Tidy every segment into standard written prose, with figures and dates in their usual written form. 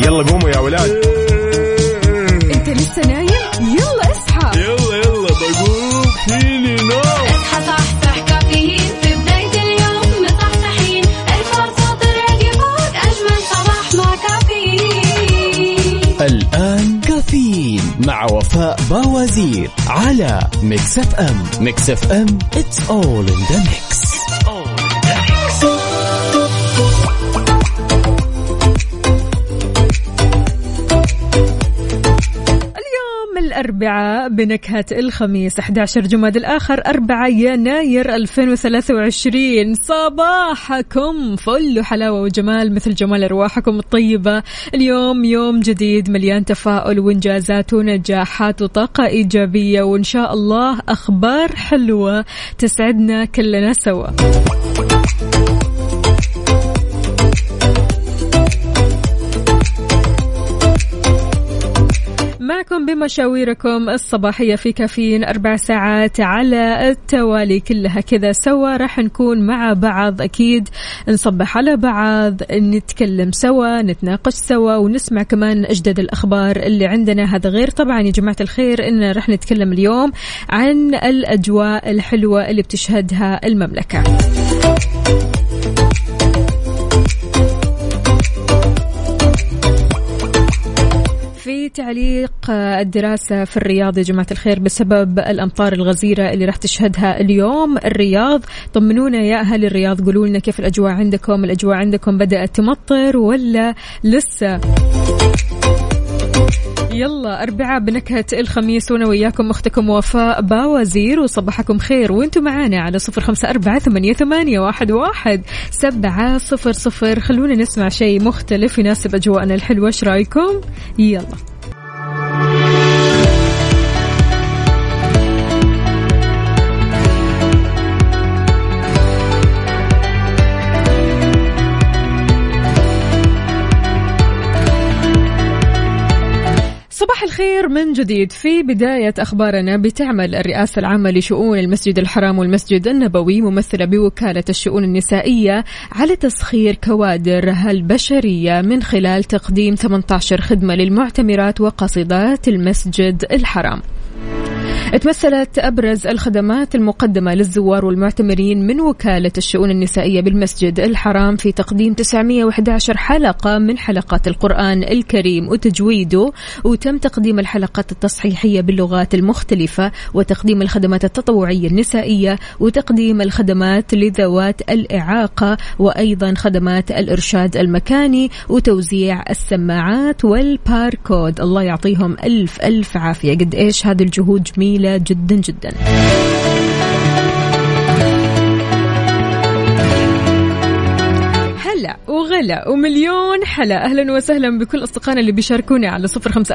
يلا قوموا يا ولاد. انت لسه نايم؟ يلا اصحى. يلا بقوم فيني نوم. اصحى صحصح كافيين في بداية اليوم مصحصحين. الفرصة تراقي فوق أجمل صباح مع كافيين. الآن كافيين مع وفاء باوزير على ميكس اف ام. ميكس اف ام it's all in the mix. الأربعاء بنكهة الخميس 11 جماد الآخر 4 يناير 2023. صباحكم فل حلاوة وجمال مثل جمال أرواحكم الطيبة. اليوم يوم جديد مليان تفاؤل وإنجازات ونجاحات وطاقة إيجابية، وإن شاء الله أخبار حلوة تسعدنا كلنا سوا. معكم بمشاويركم الصباحية في كافيين 4 ساعات على التوالي كلها كذا سوا. راح نكون مع بعض، أكيد نصبح على بعض، نتكلم سوا، نتناقش سوا، ونسمع كمان أجدد الأخبار اللي عندنا. هذا غير طبعا يا جماعة الخير إن راح نتكلم اليوم عن الأجواء الحلوة اللي بتشهدها المملكة. في تعليق الدراسة في الرياض يا جماعة الخير بسبب الأمطار الغزيرة اللي راح تشهدها اليوم الرياض. طمنونا يا أهل الرياض، قولوا لنا كيف الأجواء عندكم. الأجواء عندكم بدأت تمطر ولا لسه؟ يلا 4 بنكهة الخميس، وانا وياكم اختكم وفاء باوزير، وصباحكم خير وانتم معانا على 0548811700. خلونا نسمع شيء مختلف يناسب أجواءنا الحلوة. ايش رايكم؟ يلا صباح الخير من جديد. في بداية أخبارنا، بتعمل الرئاسة العامة لشؤون المسجد الحرام والمسجد النبوي ممثلة بوكالة الشؤون النسائية على تسخير كوادرها البشرية من خلال تقديم 18 خدمة للمعتمرات وقاصدات المسجد الحرام. اتمثلت أبرز الخدمات المقدمة للزوار والمعتمرين من وكالة الشؤون النسائية بالمسجد الحرام في تقديم 911 حلقة من حلقات القرآن الكريم وتجويده، وتم تقديم الحلقات التصحيحية باللغات المختلفة، وتقديم الخدمات التطوعية النسائية، وتقديم الخدمات لذوات الإعاقة، وأيضا خدمات الإرشاد المكاني، وتوزيع السماعات والباركود. الله يعطيهم ألف عافية. قد إيش هذه الجهود جميلة جدا جدا. وغلا ومليون حلا. أهلا وسهلا بكل أصدقائنا اللي بيشاركونا على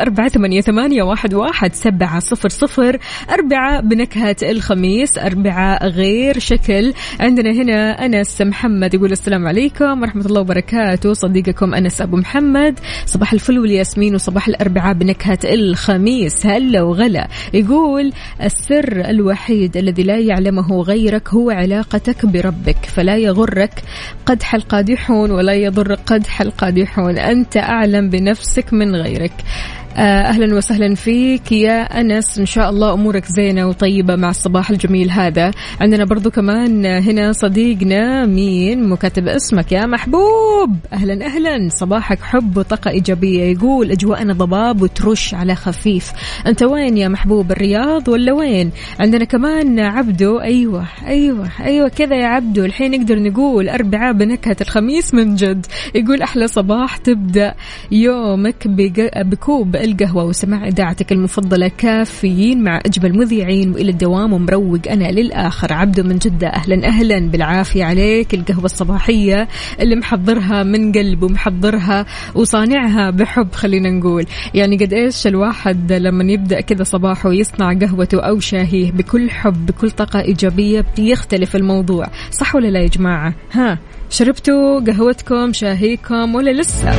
0548811700. 4 بنكهة الخميس، 4 غير شكل. عندنا هنا أنس محمد يقول السلام عليكم ورحمة الله وبركاته، صديقكم أنس أبو محمد. صباح الفل والياسمين وصباح الأربعاء بنكهة الخميس. هلا وغلا. يقول السر الوحيد الذي لا يعلمه غيرك هو علاقتك بربك، فلا يغرك قدح القادحون ولا يضر قدح القادحون، أنت أعلم بنفسك من غيرك. أهلا وسهلا فيك يا أنس، إن شاء الله أمورك زينة وطيبة مع الصباح الجميل هذا. عندنا برضو كمان هنا صديقنا مين مكاتب اسمك يا محبوب، أهلا أهلا، صباحك حب وطاقة إيجابية. يقول أجواءنا ضباب وترش على خفيف. أنت وين يا محبوب، الرياض ولا وين؟ عندنا كمان عبدو، أيوة كذا يا عبدو، الحين نقدر نقول 4 بنكهة الخميس من جد. يقول أحلى صباح تبدأ يومك بكوب القهوة وسماع إذاعتك المفضلة كافيين مع أجمل مذيعين، وإلى الدوام ومروق أنا للآخر. عبدو من جدة، أهلا أهلا، بالعافية عليك. القهوة الصباحية اللي محضرها من قلب ومحضرها وصانعها بحب، خلينا نقول يعني قد إيش الواحد لما يبدأ كذا صباحه يصنع قهوته أو شاهيه بكل حب بكل طاقة إيجابية بيختلف الموضوع، صح ولا لا يا جماعة؟ ها، شربتوا قهوتكم شاهيكم ولا لسه؟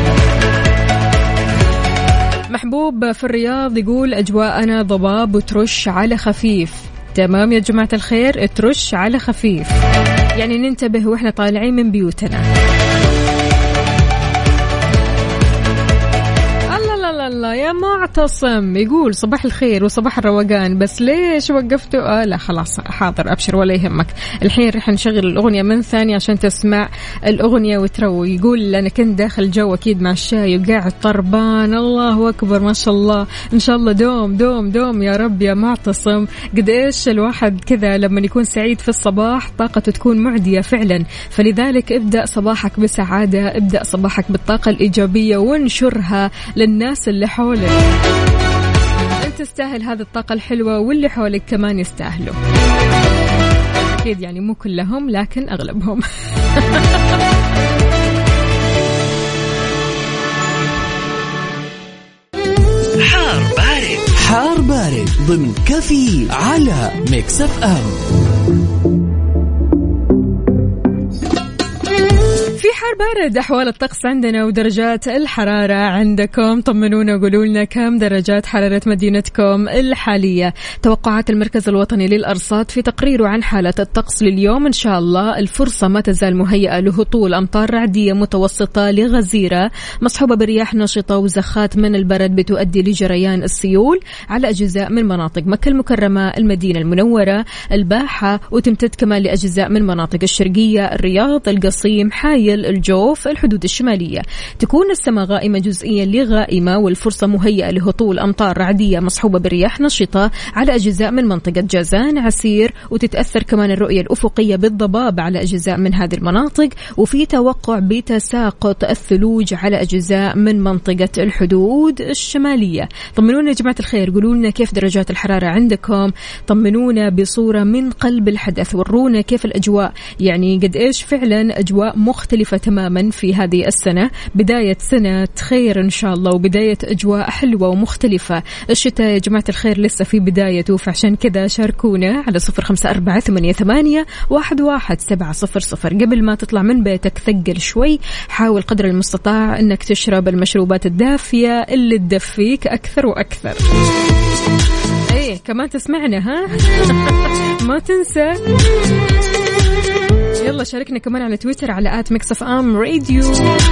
محبوب في الرياض يقول أجواءنا ضباب وترش على خفيف. تمام يا جماعة الخير، ترش على خفيف يعني ننتبه وإحنا طالعين من بيوتنا. الله يا معتصم يقول صباح الخير وصباح الروقان، بس ليش وقفتوا؟ لا خلاص حاضر أبشر ولا يهمك، الحين رح نشغل الأغنية من ثانية عشان تسمع الأغنية وتروي. يقول أنا كنت داخل جو أكيد مع الشاي وقاعد طربان. الله أكبر ما شاء الله، إن شاء الله دوم دوم دوم يا رب يا معتصم. قد إيش الواحد كذا لما يكون سعيد في الصباح طاقته تكون معدية فعلا، فلذلك ابدأ صباحك بسعادة، ابدأ صباحك بالطاقة الإيجابية وانشرها للناس اللي حولك. أنت تستاهل هذه الطاقة الحلوة واللي حولك كمان يستاهلوا أكيد، يعني مو كلهم لكن أغلبهم. حار بارد ضمن كفي على ميكس اف ام. في حار بارد أحوال الطقس عندنا ودرجات الحرارة عندكم، طمنونا وقولوا لنا كم درجات حرارة مدينتكم الحالية. توقعات المركز الوطني للأرصاد في تقريره عن حالة الطقس لليوم إن شاء الله الفرصة ما تزال مهيئة لهطول أمطار رعدية متوسطة لغزيرة مصحوبة برياح نشطة وزخات من البرد بتؤدي لجريان السيول على أجزاء من مناطق مكة المكرمة، المدينة المنورة، الباحة، وتمتد كمان لأجزاء من مناطق الشرقية، الرياض، القصيم، حايل، الجوف، الحدود الشمالية. تكون السماء غائمة جزئيا لغائمة والفرصة مهيئة لهطول أمطار رعدية مصحوبة برياح نشطة على أجزاء من منطقة جازان، عسير، وتتأثر كمان الرؤية الأفقية بالضباب على أجزاء من هذه المناطق، وفي توقع بتساقط الثلوج على أجزاء من منطقة الحدود الشمالية. طمنونا يا جماعة الخير، قولوا لنا كيف درجات الحرارة عندكم، طمنونا بصورة من قلب الحدث، ورونا كيف الأجواء، يعني قد إيش فعلا أجواء مختلفة تماما في هذه السنة، بداية سنة خير إن شاء الله وبداية أجواء حلوة ومختلفة. الشتاء يا جماعة الخير لسه في بدايته، فعشان كذا شاركونا على 0548811700. قبل ما تطلع من بيتك ثقل شوي، حاول قدر المستطاع أنك تشرب المشروبات الدافية اللي تدفيك أكثر وأكثر. ايه كمان تسمعنا ها. ما تنسى. يلا شاركنا كمان على تويتر على @mixfmradio.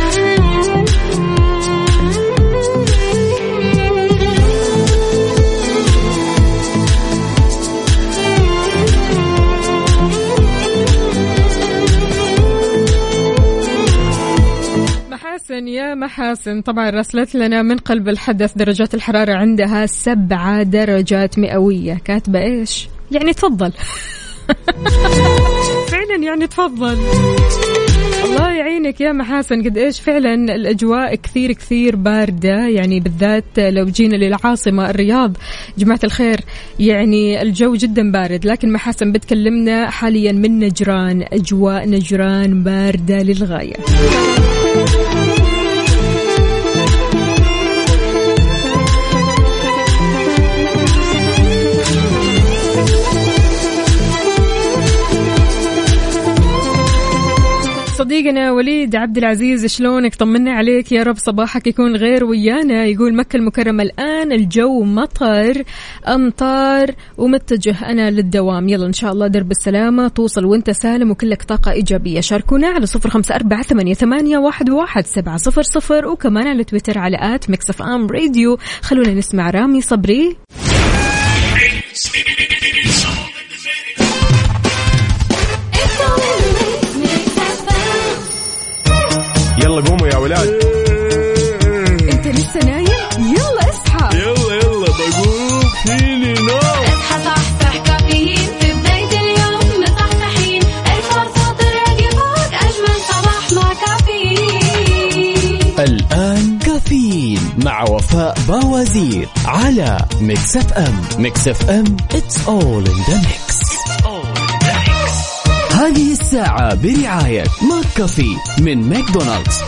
محاسن يا محاسن طبعا راسلت لنا من قلب الحدث درجات الحرارة عندها 7 درجات مئوية. كاتبة ايش؟ يعني تفضل. فعلا يعني تفضل. الله يعينك يا محاسن، قد ايش فعلا الأجواء كثير كثير باردة، يعني بالذات لو جينا للعاصمة الرياض جماعة الخير يعني الجو جدا بارد، لكن محاسن بتكلمنا حاليا من نجران، أجواء نجران باردة للغاية. صديقنا وليد عبد العزيز شلونك؟ طمنا عليك يا رب صباحك يكون غير ويانا. يقول مكة المكرمة الآن الجو مطر أمطار ومتجه أنا للدوام، يلا إن شاء الله درب السلامة توصل وانت سالم وكلك طاقة إيجابية. شاركونا على 0548811700 وكمان على تويتر على @mixfmradio. خلونا نسمع رامي صبري. يلا قوموا يا ولاد. انت لسه نايم؟ يلا اصحى. يلا بقوم فيني نوم. اصحى صحصح كافيين في بداية اليوم مصحصحين، الفرصة تراقي فوق أجمل صباح مع كافيين. الآن كافيين مع وفاء باوزير على ميكس اف ام. ميكس اف ام it's all in the mix. هذه الساعة برعاية ماك كافي من ماكدونالدز.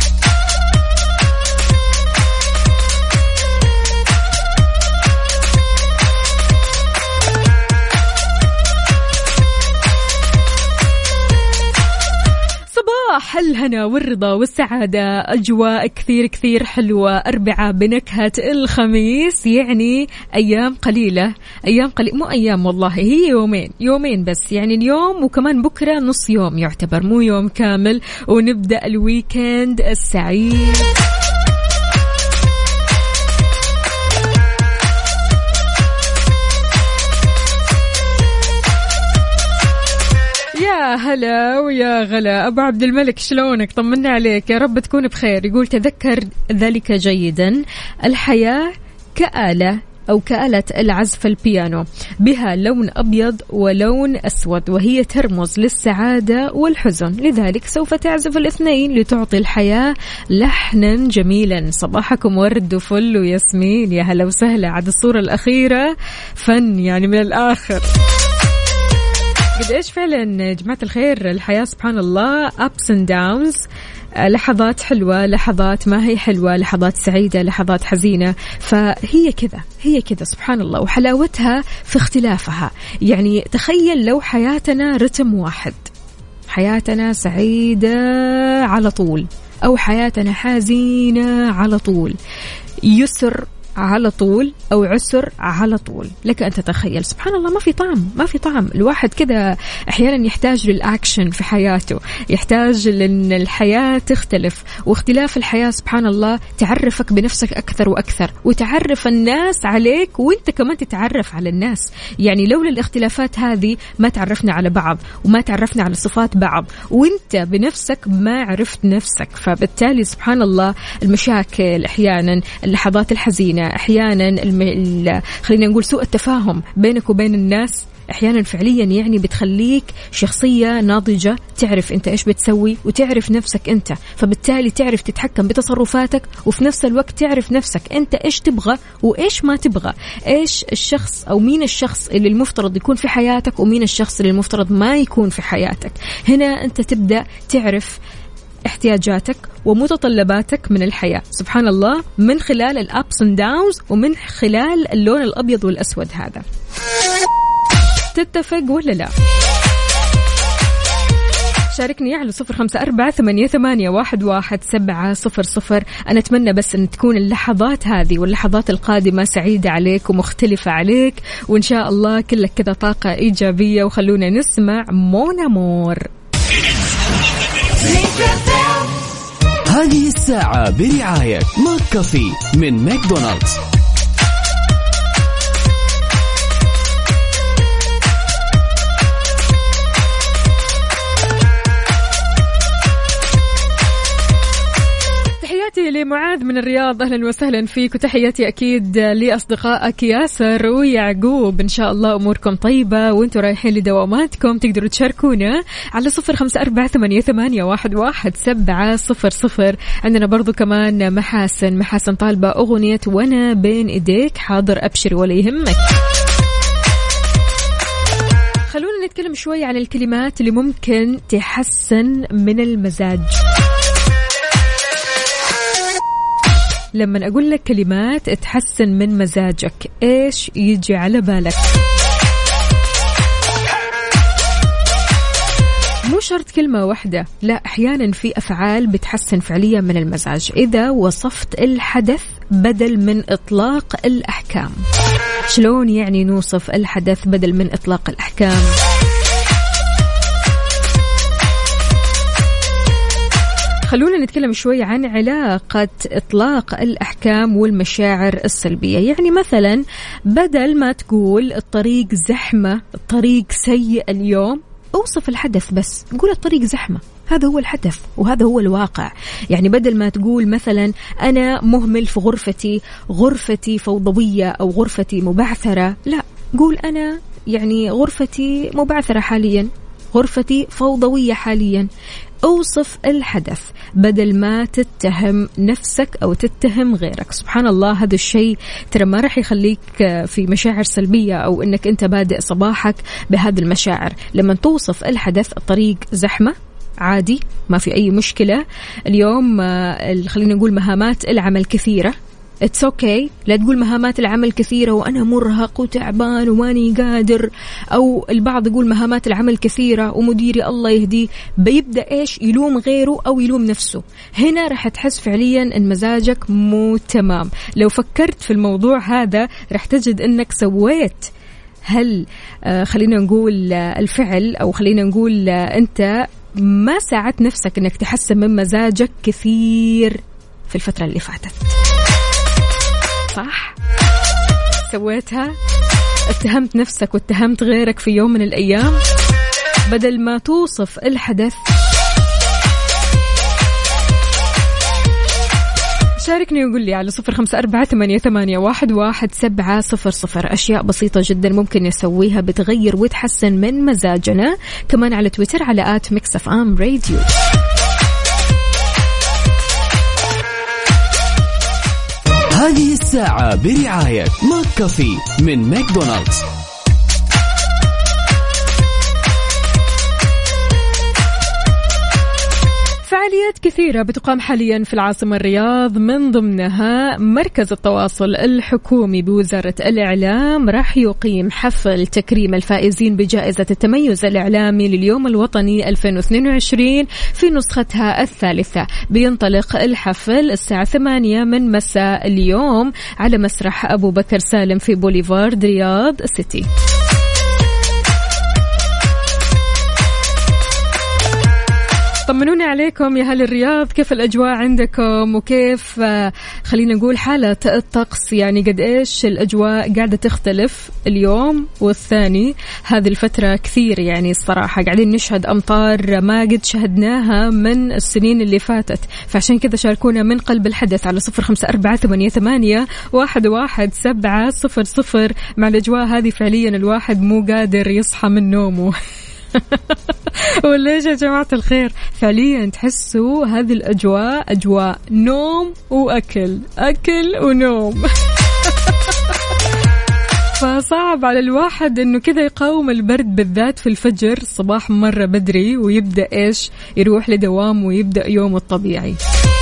صباح الهنا والرضا والسعادة، أجواء كثير كثير حلوة. أربعة بنكهة الخميس، يعني أيام قليلة، مو أيام والله، هي يومين بس، يعني اليوم وكمان بكرة نص يوم يعتبر، مو يوم كامل، ونبدأ الويكند السعيد. هلا ويا غلا. أبو عبد الملك شلونك؟ طمنا عليك، يا رب تكون بخير. يقول تذكر ذلك جيدا، الحياة كآلة أو كآلة العزف البيانو، بها لون أبيض ولون أسود، وهي ترمز للسعادة والحزن، لذلك سوف تعزف الاثنين لتعطي الحياة لحنا جميلا. صباحكم ورد وفل وياسمين، يا هلا وسهلا. عاد الصورة الأخيرة فن يعني من الآخر. قد إيش فعلا جماعة الخير الحياة سبحان الله ups and downs، لحظات حلوة، لحظات ما هي حلوة، لحظات سعيدة، لحظات حزينة. فهي كذا، هي كذا سبحان الله، وحلاوتها في اختلافها. يعني تخيل لو حياتنا رتم واحد، حياتنا سعيدة على طول أو حياتنا حزينة على طول، يسر على طول أو عسر على طول، لك أن تتخيل سبحان الله ما في طعم، ما في طعم. الواحد كذا أحيانا يحتاج للأكشن في حياته، يحتاج لأن الحياة تختلف، واختلاف الحياة سبحان الله تعرفك بنفسك أكثر وأكثر، وتعرف الناس عليك وانت كمان تتعرف على الناس. يعني لولا الاختلافات هذه ما تعرفنا على بعض وما تعرفنا على صفات بعض، وانت بنفسك ما عرفت نفسك. فبالتالي سبحان الله المشاكل أحيانا، اللحظات الحزينة أحيانا، خلينا نقول سوء التفاهم بينك وبين الناس أحيانا فعليا يعني بتخليك شخصية ناضجة، تعرف أنت إيش بتسوي وتعرف نفسك أنت، فبالتالي تعرف تتحكم بتصرفاتك، وفي نفس الوقت تعرف نفسك أنت إيش تبغى وإيش ما تبغى، إيش الشخص أو مين الشخص اللي المفترض يكون في حياتك ومين الشخص اللي المفترض ما يكون في حياتك. هنا أنت تبدأ تعرف احتياجاتك ومتطلباتك من الحياة سبحان الله، من خلال الأبس اند داونز ومن خلال اللون الأبيض والأسود هذا. تتفق ولا لا؟ شاركني على 0548811700. أنا أتمنى بس أن تكون اللحظات هذه واللحظات القادمة سعيدة عليك ومختلفة عليك، وإن شاء الله كلك كذا طاقة إيجابية. وخلونا نسمع مون أمور. هذه الساعة برعاية ماك كافي من ماكدونالدز. تحياتي لمعاذ من الرياض، أهلا وسهلا فيك، وتحياتي أكيد لأصدقائك ياسر ويعقوب. إن شاء الله أموركم طيبة وانتم رايحين لدواماتكم. تقدروا تشاركونا على 0548811700. عندنا برضو كمان محاسن طالبة أغنية وأنا بين إيديك. حاضر أبشر ولا يهمك. خلونا نتكلم شوي عن الكلمات اللي ممكن تحسن من المزاج. لما أقول لك كلمات تحسن من مزاجك، إيش يجي على بالك؟ مو شرط كلمة واحدة، لا، أحيانا في أفعال بتحسن فعليا من المزاج إذا وصفت الحدث بدل من إطلاق الأحكام. شلون يعني نوصف الحدث بدل من إطلاق الأحكام؟ خلونا نتكلم شوي عن علاقة إطلاق الأحكام والمشاعر السلبية. يعني مثلا بدل ما تقول الطريق زحمة، الطريق سيء اليوم، أوصف الحدث بس، قول الطريق زحمة، هذا هو الحدث وهذا هو الواقع. يعني بدل ما تقول مثلا أنا مهمل في غرفتي فوضوية أو غرفتي مبعثرة، لا، قول أنا يعني غرفتي مبعثرة حاليا، غرفتي فوضوية حاليا. أوصف الحدث بدل ما تتهم نفسك أو تتهم غيرك. سبحان الله هذا الشيء ترى ما رح يخليك في مشاعر سلبية أو أنك أنت بادئ صباحك بهذه المشاعر. لما توصف الحدث الطريق زحمة عادي، ما في أي مشكلة. اليوم خلينا نقول مهامات العمل كثيرة، It's okay. لا تقول مهامات العمل كثيرة وأنا مرهق وتعبان وماني قادر، أو البعض يقول مهامات العمل كثيرة ومديري الله يهديه، بيبدأ إيش يلوم غيره أو يلوم نفسه. هنا رح تحس فعليا أن مزاجك مو تمام. لو فكرت في الموضوع هذا رح تجد أنك سويت خلينا نقول الفعل، أو خلينا نقول أنت ما ساعدت نفسك أنك تحسن من مزاجك كثير في الفترة اللي فاتت. صح؟ سويتها؟ اتهمت نفسك واتهمت غيرك في يوم من الأيام؟ بدل ما توصف الحدث. شاركني وقول لي على 0548811700. أشياء بسيطة جدا ممكن نسويها بتغير وتحسن من مزاجنا. كمان على تويتر على @mixfmradio. هذه الساعة برعاية ماك كافي من ماكدونالدز. فعاليات كثيرة بتقام حاليا في العاصمة الرياض، من ضمنها مركز التواصل الحكومي بوزارة الإعلام راح يقيم حفل تكريم الفائزين بجائزة التميز الإعلامي لليوم الوطني 2022 في نسختها الثالثة. بينطلق الحفل الساعة 8 من مساء اليوم على مسرح أبو بكر سالم في بوليفارد رياض سيتي. طمنوني عليكم يا هل الرياض، كيف الأجواء عندكم وكيف خلينا نقول حالة الطقس؟ يعني قد إيش الأجواء قاعدة تختلف اليوم والثاني هذه الفترة كثير. يعني الصراحة قاعدين نشهد أمطار ما قد شهدناها من السنين اللي فاتت، فعشان كذا شاركونا من قلب الحدث على 0548811700. مع الأجواء هذه فعليا الواحد مو قادر يصحى من نومه. وليش يا جماعة الخير؟ فعليا تحسوا هذه الأجواء أجواء نوم وأكل، أكل ونوم. فصعب على الواحد إنه كذا يقاوم البرد، بالذات في الفجر الصباح مرة بدري، ويبدأ إيش يروح لدوام ويبدأ يومه الطبيعي.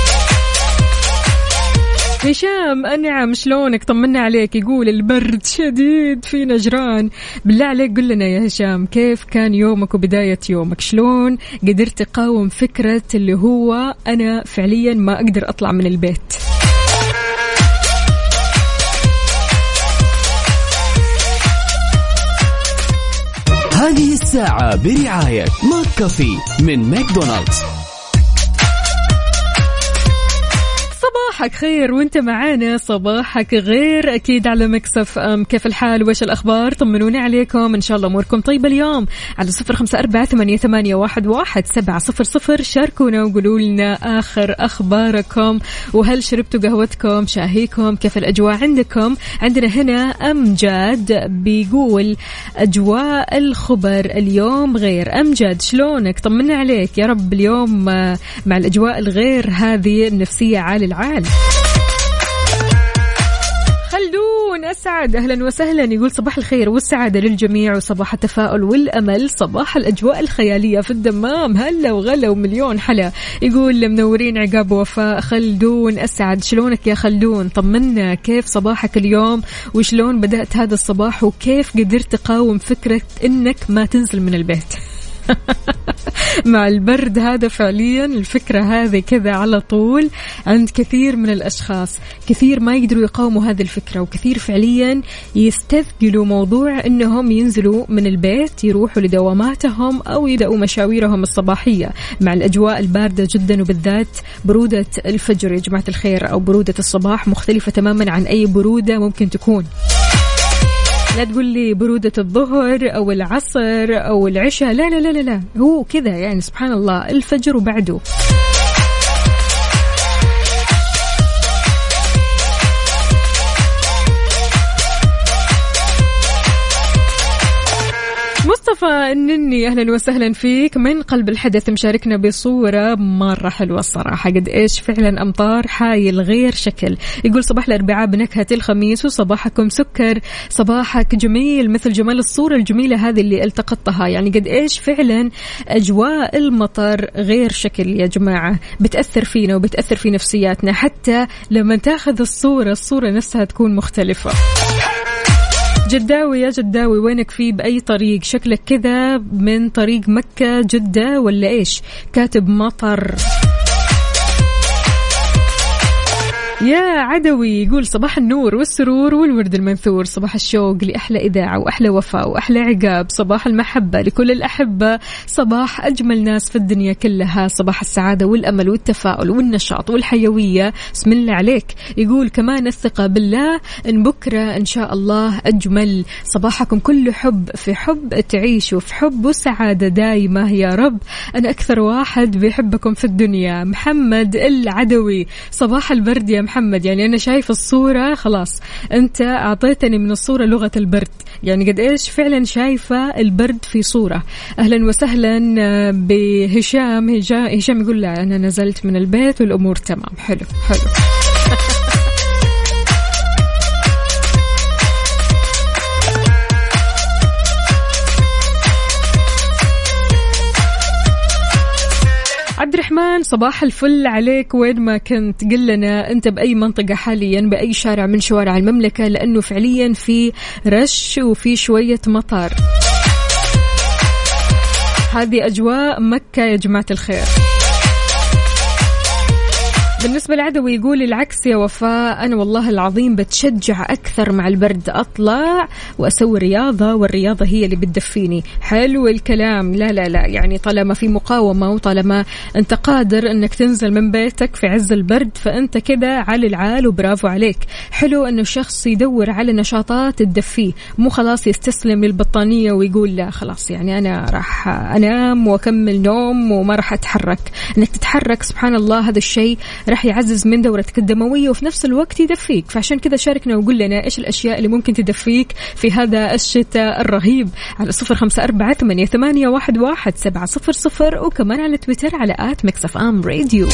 هشام أنعم شلونك؟ طمنا عليك. يقول البرد شديد في نجران. بالله عليك قل لنا يا هشام كيف كان يومك وبداية يومك؟ شلون قدرت تقاوم فكرة اللي هو أنا فعليا ما أقدر أطلع من البيت؟ هذه الساعة برعاية ماك كافي من ماكدونالدز. صباحك خير وانت معانا، صباحك غير أكيد على مكسف كيف الحال وإيش الأخبار؟ طمنوني عليكم، إن شاء الله أموركم طيبة اليوم. على 0548811700 شاركونا وقولوا لنا آخر أخباركم، وهل شربتوا قهوتكم شاهيكم؟ كيف الأجواء عندكم؟ عندنا هنا أمجاد بيقول أجواء الخبر اليوم غير. أمجاد شلونك؟ طمنا عليك. يا رب اليوم مع الأجواء الغير هذه النفسية عالي العال. خلدون أسعد أهلا وسهلا، يقول صباح الخير والسعادة للجميع وصباح التفاؤل والأمل، صباح الأجواء الخيالية في الدمام، هلا وغلا ومليون حلا. يقول منورين عقاب وفاء. خلدون أسعد شلونك يا خلدون؟ طمنا كيف صباحك اليوم وشلون بدأت هذا الصباح وكيف قدرت تقاوم فكرة إنك ما تنزل من البيت مع البرد هذا. فعليا الفكرة هذه كذا على طول عند كثير من الأشخاص، كثير ما يقدروا يقاوموا هذه الفكرة، وكثير فعليا يستثقلوا موضوع أنهم ينزلوا من البيت يروحوا لدواماتهم أو يبدأوا مشاويرهم الصباحية مع الأجواء الباردة جدا، وبالذات برودة الفجر يا جماعة الخير أو برودة الصباح مختلفة تماما عن أي برودة ممكن تكون. لا تقول لي برودة الظهر أو العصر أو العشاء، لا لا لا لا, لا. هو كذا يعني سبحان الله الفجر وبعده. مصطفى النني أهلا وسهلا فيك من قلب الحدث، مشاركنا بصورة مرة حلوة الصراحة، قد إيش فعلا أمطار حايل غير شكل. يقول صباح الأربعاء بنكهة الخميس وصباحكم سكر، صباحك جميل مثل جمال الصورة الجميلة هذه اللي التقطتها. يعني قد إيش فعلا أجواء المطر غير شكل يا جماعة، بتأثر فينا وبتأثر في نفسياتنا، حتى لما تاخذ الصورة نفسها تكون مختلفة. جداوي يا جداوي وينك فيه بأي طريق؟ شكلك كذا من طريق مكة جدة ولا إيش؟ كاتب مطر. يا عدوي يقول صباح النور والسرور والورد المنثور، صباح الشوق لأحلى إذاعة وأحلى وفاء وأحلى عقاب، صباح المحبة لكل الأحبة، صباح أجمل ناس في الدنيا كلها، صباح السعادة والأمل والتفاؤل والنشاط والحيوية. بسم الله عليك. يقول كمان الثقة بالله إن بكرة إن شاء الله أجمل، صباحكم كله حب في حب، تعيشوا في حب وسعادة دايمة يا رب. أنا أكثر واحد بيحبكم في الدنيا. محمد العدوي، صباح البرد يا محمد. يعني أنا شايف الصورة خلاص، أنت أعطيتني من الصورة لغة البرد، يعني قد إيش فعلا شايفة البرد في صورة. أهلا وسهلا بهشام. هشام يقول لا أنا نزلت من البيت والأمور تمام. حلو حلو. عبد الرحمن صباح الفل عليك، وين ما كنت قل لنا أنت بأي منطقة حاليا، بأي شارع من شوارع المملكة، لأنه فعليا في رش وفي شوية مطر. هذه أجواء مكة يا جماعة الخير. بالنسبة للعدوي يقول العكس يا وفاء، أنا والله العظيم بتشجع أكثر مع البرد، أطلع وأسوي رياضة والرياضة هي اللي بتدفيني. حلو الكلام. لا لا لا، يعني طالما في مقاومة وطالما أنت قادر أنك تنزل من بيتك في عز البرد فأنت كده على العال وبرافو عليك. حلو أنه الشخص يدور على نشاطات تدفيه، مو خلاص يستسلم للبطانية ويقول لا خلاص يعني أنا راح أنام وأكمل نوم وما راح أتحرك. أنك تتحرك سبحان الله هذا الشيء راح يعزز من دورتك الدموية وفي نفس الوقت يدفيك. فعشان كذا شاركنا وقول لنا إيش الأشياء اللي ممكن تدفيك في هذا الشتاء الرهيب على 0548811700 وكمان على تويتر على @mixfmradio.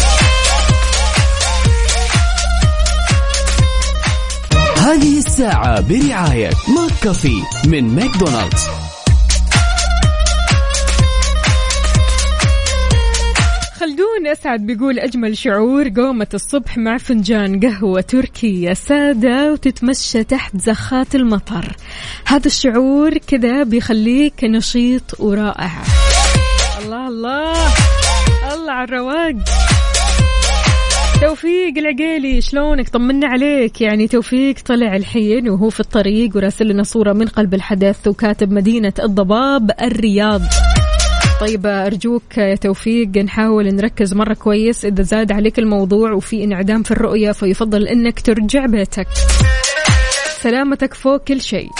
هذه الساعة برعاية ماك كافي من ماكدونالدز. خلدون أسعد بيقول أجمل شعور قومة الصبح مع فنجان قهوة تركية سادة وتتمشى تحت زخات المطر. هذا الشعور كذا بيخليك نشيط ورائع. الله الله الله على الرواق. توفيق العقيلي شلونك؟ طمنا عليك. يعني توفيق طلع الحين وهو في الطريق وراسل لنا صورة من قلب الحدث وكاتب مدينة الضباب الرياض. طيب أرجوك يا توفيق نحاول نركز مرة كويس، إذا زاد عليك الموضوع وفي انعدام في الرؤية فيفضل أنك ترجع بيتك. سلامتك فوق كل شيء.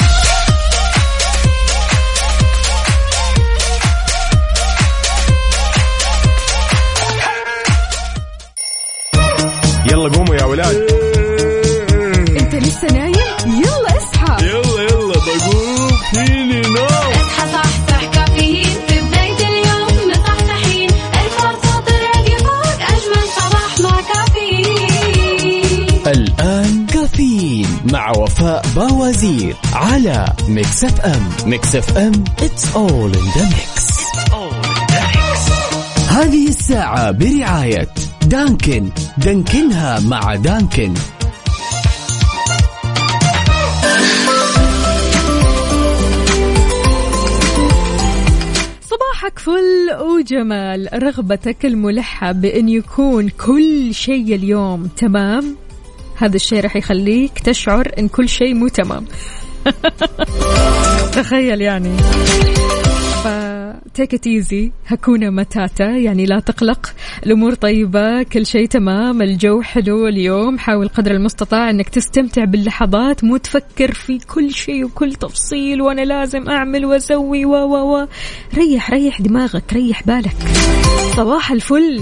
يلا قوموا يا ولاد. أنت لسه نايم؟ يلا اصحى. يلا يلا بقوم فيني نوم. اصحى صحصح كافيين في بداية اليوم مصحصحين، الفرصة تراقي فوق أجمل صباح مع كافيين. الآن كافيين مع وفاء باوزير على ميكس اف ام. ميكس اف ام it's all in the mix. هذه الساعة برعاية دانكن، دانكنها مع دانكن. صباحك فل وجمال، رغبتك الملحة بأن يكون كل شيء اليوم تمام، هذا الشيء رح يخليك تشعر أن كل شيء مو تمام. تخيل يعني. take it easy، هكونا متاتا، يعني لا تقلق، الأمور طيبة، كل شيء تمام، الجو حلو اليوم. حاول قدر المستطاع أنك تستمتع باللحظات، مو تفكر في كل شيء وكل تفصيل وأنا لازم أعمل وأسوي ريح دماغك، ريح بالك. صباح الفل.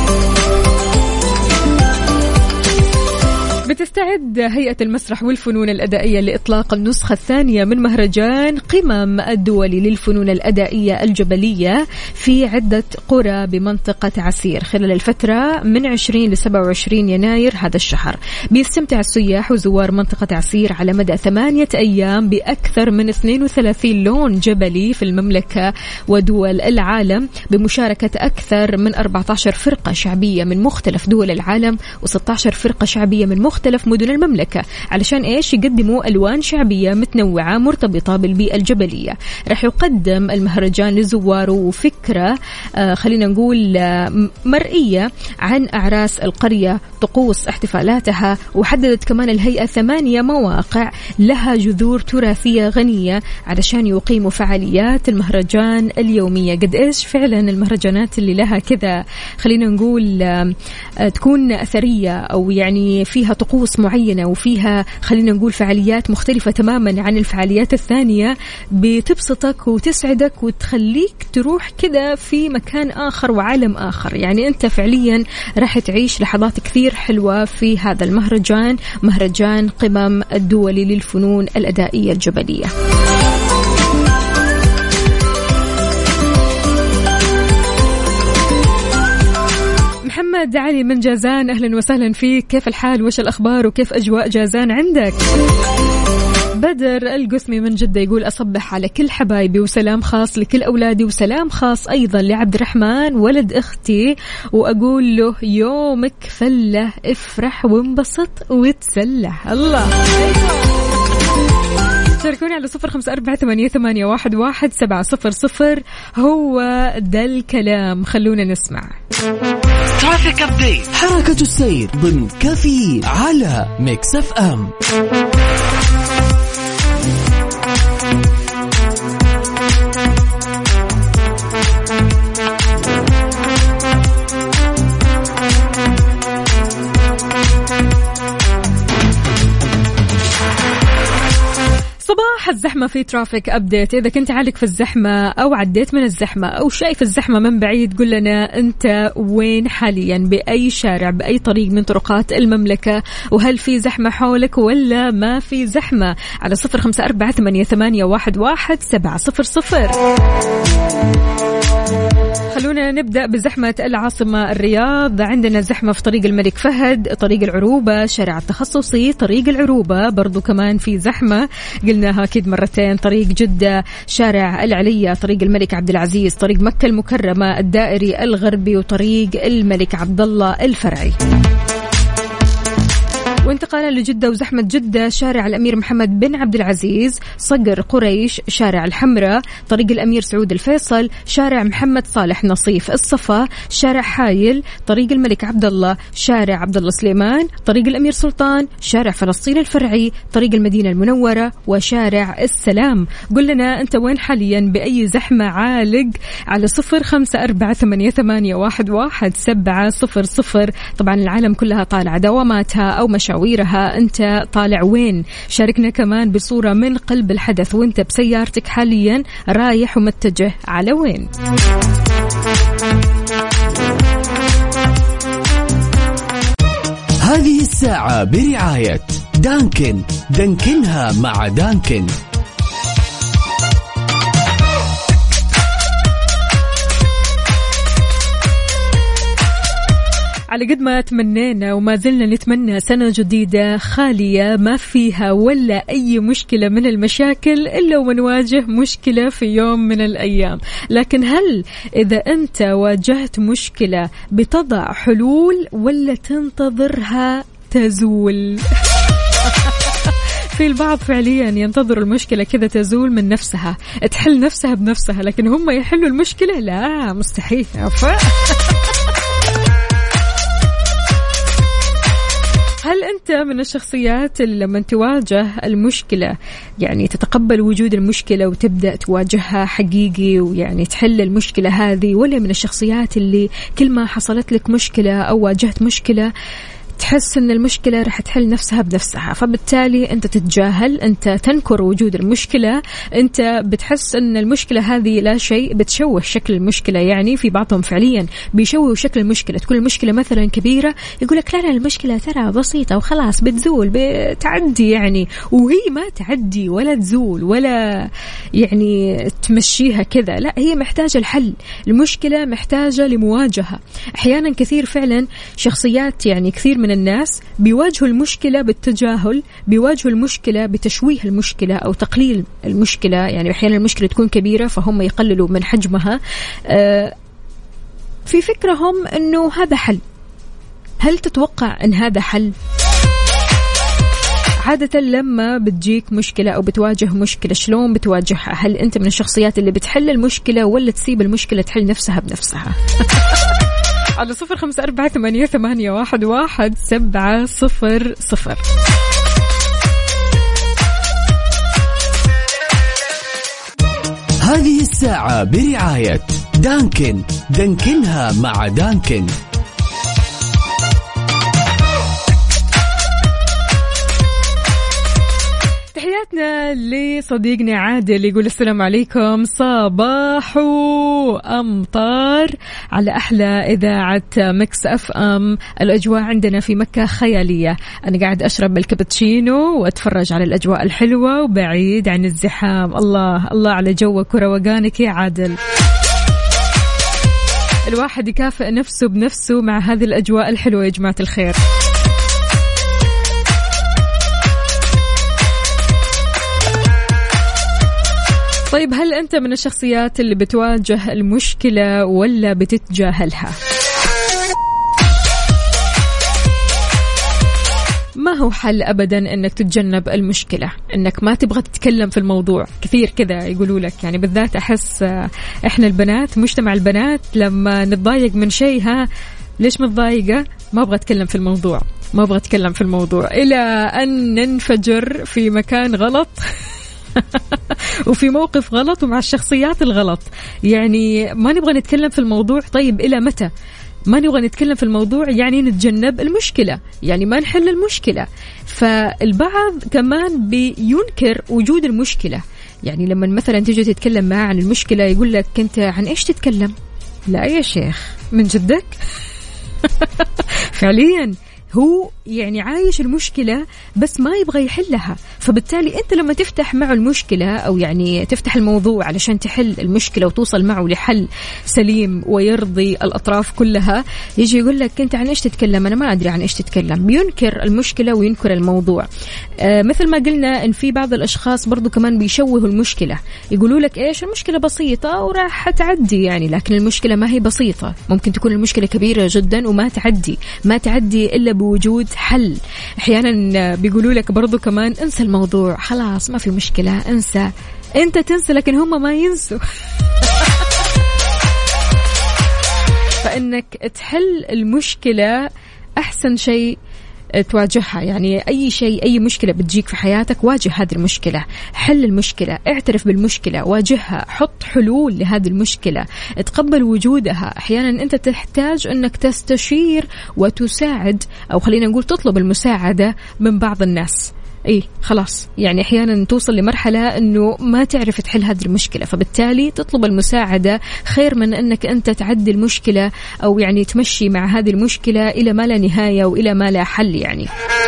بتستعد هيئة المسرح والفنون الأدائية لإطلاق النسخة الثانية من مهرجان قمم الدولي للفنون الأدائية الجبلية في عدة قرى بمنطقة عسير خلال الفترة من 20 ل 27 يناير هذا الشهر. بيستمتع السياح وزوار منطقة عسير على مدى 8 أيام بأكثر من 32 لون جبلي في المملكة ودول العالم، بمشاركة أكثر من 14 فرقة شعبية من مختلف دول العالم و16 فرقة شعبية من مختلف مختلف مدن المملكة. علشان إيش؟ يقدموا ألوان شعبية متنوعة مرتبطة بالبيئة الجبلية. راح يقدم المهرجان لزواره وفكرة خلينا نقول مرئية عن أعراس القرية، طقوس احتفالاتها، وحددت كمان الهيئة 8 مواقع لها جذور تراثية غنية علشان يقيموا فعاليات المهرجان اليومية. قد إيش فعلا المهرجانات اللي لها كذا خلينا نقول تكون أثرية أو يعني فيها طقوس معينة وفيها خلينا نقول فعاليات مختلفة تماما عن الفعاليات الثانية، بتبسطك وتسعدك وتخليك تروح كذا في مكان آخر وعالم آخر. يعني أنت فعليا راح تعيش لحظات كثير حلوة في هذا المهرجان، مهرجان قمم الدولي للفنون الأدائية الجبلية. محمد علي من جازان، أهلا وسهلا فيك، كيف الحال وش الأخبار وكيف أجواء جازان عندك؟ بدر القثمي من جدة يقول أصبح على كل حبايبي وسلام خاص لكل أولادي وسلام خاص أيضا لعبد الرحمن ولد أختي، وأقول له يومك فله، افرح وانبسط وتسلح. الله شاركوني على 0548811700. هو ده الكلام، خلونا نسمع. ترافيك أبديت، حركة السير ضمن كافيين على ميكس اف ام. صباح الزحمة في ترافيك أبديت. إذا كنت عالق في الزحمة أو عديت من الزحمة أو شايف الزحمة من بعيد، قل لنا أنت وين حاليا، بأي شارع، بأي طريق من طرقات المملكة، وهل في زحمة حولك ولا ما في زحمة؟ على 0548811700. خلونا نبدأ بزحمة العاصمة الرياض. عندنا زحمة في طريق الملك فهد، طريق العروبة، شارع التخصصي، طريق العروبة برضو كمان في زحمة، قلناها أكيد مرتين، طريق جدة، شارع العلية، طريق الملك عبد العزيز، طريق مكة المكرمة، الدائري الغربي، وطريق الملك عبد الله الفرعي. وانتقالا لجدة وزحمة جدة، شارع الأمير محمد بن عبد العزيز، صقر قريش، شارع الحمراء، طريق الأمير سعود الفيصل، شارع محمد صالح نصيف الصفا، شارع حايل، طريق الملك عبد الله، شارع عبد الله سليمان، طريق الأمير سلطان، شارع فلسطين الفرعي، طريق المدينة المنورة، وشارع السلام. قل لنا أنت وين حاليا، بأي زحمة عالق؟ على 0548811700. طبعا العالم كلها طالعة دواماتها أو مشاويرها، أنت طالع وين؟ شاركنا كمان بصورة من قلب الحدث، وانت بسيارتك حاليا رايح ومتجه على وين؟ هذه الساعة برعاية دانكن، دانكنها مع دانكن. على قد ما تمنينا وما زلنا نتمنى سنة جديدة خالية ما فيها ولا أي مشكلة من المشاكل إلا ونواجه مشكلة في يوم من الأيام. لكن هل إذا أنت واجهت مشكلة بتضع حلول ولا تنتظرها تزول؟ في البعض فعليا ينتظر المشكلة كذا تزول من نفسها، تحل نفسها بنفسها، لكن هم يحلوا المشكلة؟ لا، مستحيل. هل أنت من الشخصيات اللي لما تواجه المشكلة يعني تتقبل وجود المشكلة وتبدأ تواجهها حقيقي ويعني تحل المشكلة هذه، ولا من الشخصيات اللي كل ما حصلت لك مشكلة أو واجهت مشكلة تحس أن المشكلة رح تحل نفسها بنفسها، فبالتالي أنت تتجاهل، أنت تنكر وجود المشكلة، أنت بتحس أن المشكلة هذه لا شيء، بتشوه شكل المشكلة. يعني في بعضهم فعليا بيشوه شكل المشكلة، تكون المشكلة مثلا كبيرة يقولك لا المشكلة ترى بسيطة وخلاص بتزول بتعدي، يعني وهي ما تعدي ولا تزول ولا يعني تمشيها كذا، لا هي محتاجة الحل، المشكلة محتاجة لمواجهة. أحيانا كثير فعلا شخصيات يعني كثير من الناس بيواجهوا المشكلة بالتجاهل، بيواجهوا المشكلة بتشويه المشكلة أو تقليل المشكلة، يعني أحيانا المشكلة تكون كبيرة فهم يقللوا من حجمها في فكرهم أنه هذا حل. هل تتوقع أن هذا حل؟ عادة لما بتجيك مشكلة أو بتواجه مشكلة شلون بتواجهها؟ هل أنت من الشخصيات اللي بتحل المشكلة ولا تسيب المشكلة تحل نفسها بنفسها؟ على 0548811700. هذه الساعة برعاية دانكن، دانكنها مع دانكن. تحياتنا لصديقنا عادل يقول السلام عليكم، صباح أمطار على أحلى إذاعة ميكس أف أم. الأجواء عندنا في مكة خيالية، أنا قاعد أشرب الكابتشينو وأتفرج على الأجواء الحلوة وبعيد عن الزحام. الله الله على جوك وروقانك يا عادل. الواحد يكافئ نفسه بنفسه مع هذه الأجواء الحلوة يا جماعة الخير. طيب هل أنت من الشخصيات اللي بتواجه المشكلة ولا بتتجاهلها؟ ما هو حل أبدا أنك تتجنب المشكلة، أنك ما تبغى تتكلم في الموضوع. كثير كذا يقولوا لك، يعني بالذات أحس إحنا البنات، مجتمع البنات لما نتضايق من شيء، ليش متضايقة؟ ما أبغى أتكلم في الموضوع، ما أبغى أتكلم في الموضوع، إلى أن ننفجر في مكان غلط وفي موقف غلط ومع الشخصيات الغلط. يعني ما نبغى نتكلم في الموضوع. طيب إلى متى ما نبغى نتكلم في الموضوع؟ يعني نتجنب المشكلة، يعني ما نحل المشكلة. فالبعض كمان بينكر وجود المشكلة. يعني لما مثلا تيجي تتكلم معه عن المشكلة يقول لك أنت عن إيش تتكلم؟ لا يا شيخ من جدك. فعليا هو يعني عايش المشكلة بس ما يبغى يحلها. فبالتالي أنت لما تفتح معه المشكلة أو يعني تفتح الموضوع علشان تحل المشكلة وتوصل معه لحل سليم ويرضي الأطراف كلها، يجي يقول لك أنت عن إيش تتكلم؟ أنا ما أدري عن إيش تتكلم. بينكر المشكلة وينكر الموضوع. مثل ما قلنا إن في بعض الأشخاص برضو كمان بيشوهوا المشكلة، يقولوا لك إيش المشكلة بسيطة وراح تعدي يعني، لكن المشكلة ما هي بسيطة. ممكن تكون المشكلة كبيرة جدا وما تعدي إلا بوجود حل. أحيانا بيقولوا لك برضو كمان انسى الموضوع، خلاص ما في مشكلة، انسى. انت تنسى لكن هم ما ينسوا. فإنك تحل المشكلة أحسن شيء تواجهها. يعني أي شيء، أي مشكلة بتجيك في حياتك، واجه هذه المشكلة، حل المشكلة، اعترف بالمشكلة، واجهها، حط حلول لهذه المشكلة، تقبل وجودها. أحيانا أنت تحتاج أنك تستشير وتساعد، أو خلينا نقول تطلب المساعدة من بعض الناس. إيه خلاص، يعني أحيانا توصل لمرحلة أنه ما تعرف تحل هذه المشكلة، فبالتالي تطلب المساعدة خير من أنك أنت تعدي المشكلة أو يعني تمشي مع هذه المشكلة إلى ما لا نهاية وإلى ما لا حل يعني.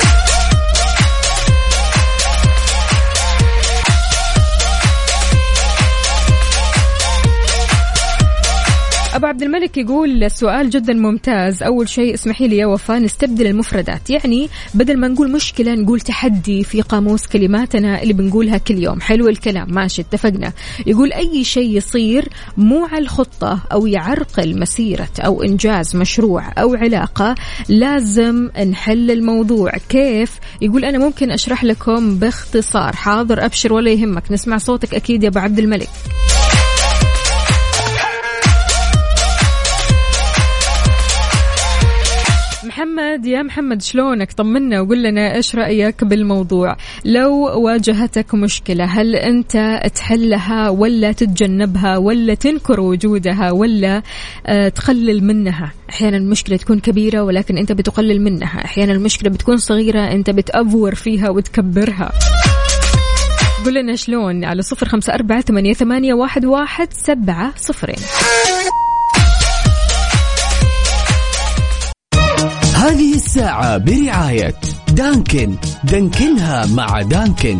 أبو عبد الملك يقول السؤال جدا ممتاز. أول شيء اسمحي لي يا وفاء نستبدل المفردات، يعني بدل ما نقول مشكلة نقول تحدي في قاموس كلماتنا اللي بنقولها كل يوم. حلو الكلام، ماشي اتفقنا. يقول أي شيء يصير مو على الخطة أو يعرقل مسيرة أو إنجاز مشروع أو علاقة لازم نحل الموضوع. كيف؟ يقول أنا ممكن أشرح لكم باختصار. حاضر أبشر ولا يهمك، نسمع صوتك أكيد يا أبو عبد الملك. محمد، يا محمد شلونك؟ طمنا وقل لنا إيش رأيك بالموضوع. لو واجهتك مشكلة هل أنت تحلها ولا تتجنبها ولا تنكر وجودها ولا تقلل منها؟ أحيانا المشكلة تكون كبيرة ولكن أنت بتقلل منها، أحيانا المشكلة بتكون صغيرة أنت بتأفور فيها وتكبرها. قل لنا شلون على 0548811700. هذه الساعة برعاية دانكن، دانكنها مع دانكن.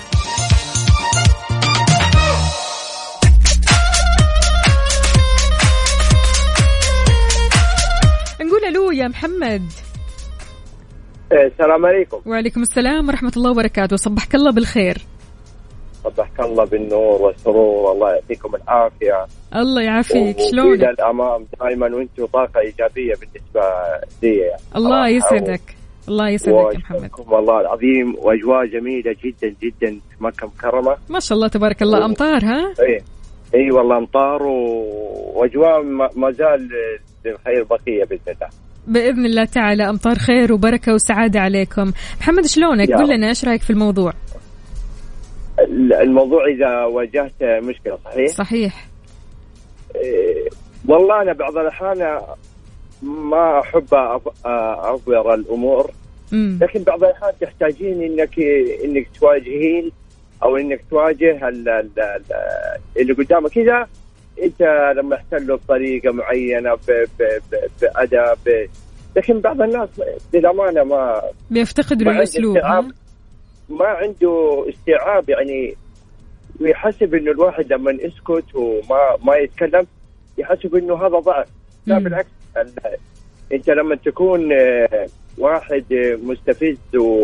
نقول ألو يا محمد. السلام عليكم. وعليكم السلام ورحمة الله وبركاته. صبحك الله بالخير. صبحك الله بالنور والسرور، الله يعطيكم العافية. الله يعافيك. شلونك؟ إلى الأمام دائما وانتم طاقة إيجابية بالنسبة لي يعني. الله يسعدك. الله يسعدك يا محمد. وأشكركم والله العظيم، وأجواء جميلة جدا جدا في مكة مكرمة ما شاء الله تبارك الله. أمطار ها؟ إيه والله أمطار وأجواء ما زال للخير بقية بإذن الله. بإذن الله تعالى أمطار خير وبركة وسعادة عليكم. محمد شلونك؟ قل لنا إيش رأيك في الموضوع؟ الموضوع إذا واجهت مشكلة صحيح. والله أنا بعض الأحيان ما أحب أفور الأمور، لكن بعض الأحيان تحتاجين إنك تواجهين أو إنك تواجه اللي قدامك كذا. أنت لما يحتلوا بطريقة معينة بأدب، لكن بعض الناس للأمانة ما بيفتقدوا الأسلوب، ما عنده استيعاب يعني، ويحسب إنه الواحد لما يسكت وما يتكلم يحسب إنه هذا ضعف. لا بالعكس، أنت لما تكون واحد مستفز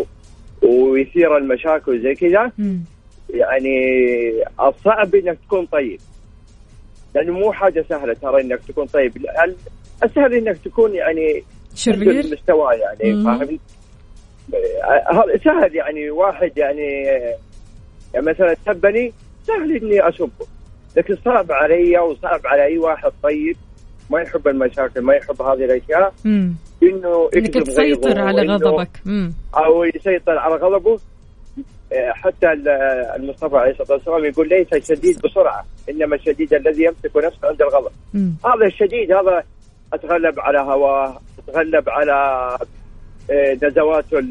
ويثير المشاكل زي كذا، يعني الصعب إنك تكون طيب، لأنه مو حاجة سهلة ترى إنك تكون طيب. السهل إنك تكون يعني شرير المستوى يعني، فاهم؟ هذا سهل يعني. واحد يعني مثلا سبني سهل إني أسبه، لكن صعب علي وصعب على أي واحد طيب ما يحب المشاكل، ما يحب هذه الأشياء، إنك تسيطر على غضبك أو يسيطر على غضبه. حتى المصطفى عليه الصلاة والسلام يقول ليس الشديد بسرعة، إنما الشديد الذي يمسك نفسه عند الغضب. هذا الشديد هذا أتغلب على هواه، أتغلب على نزواته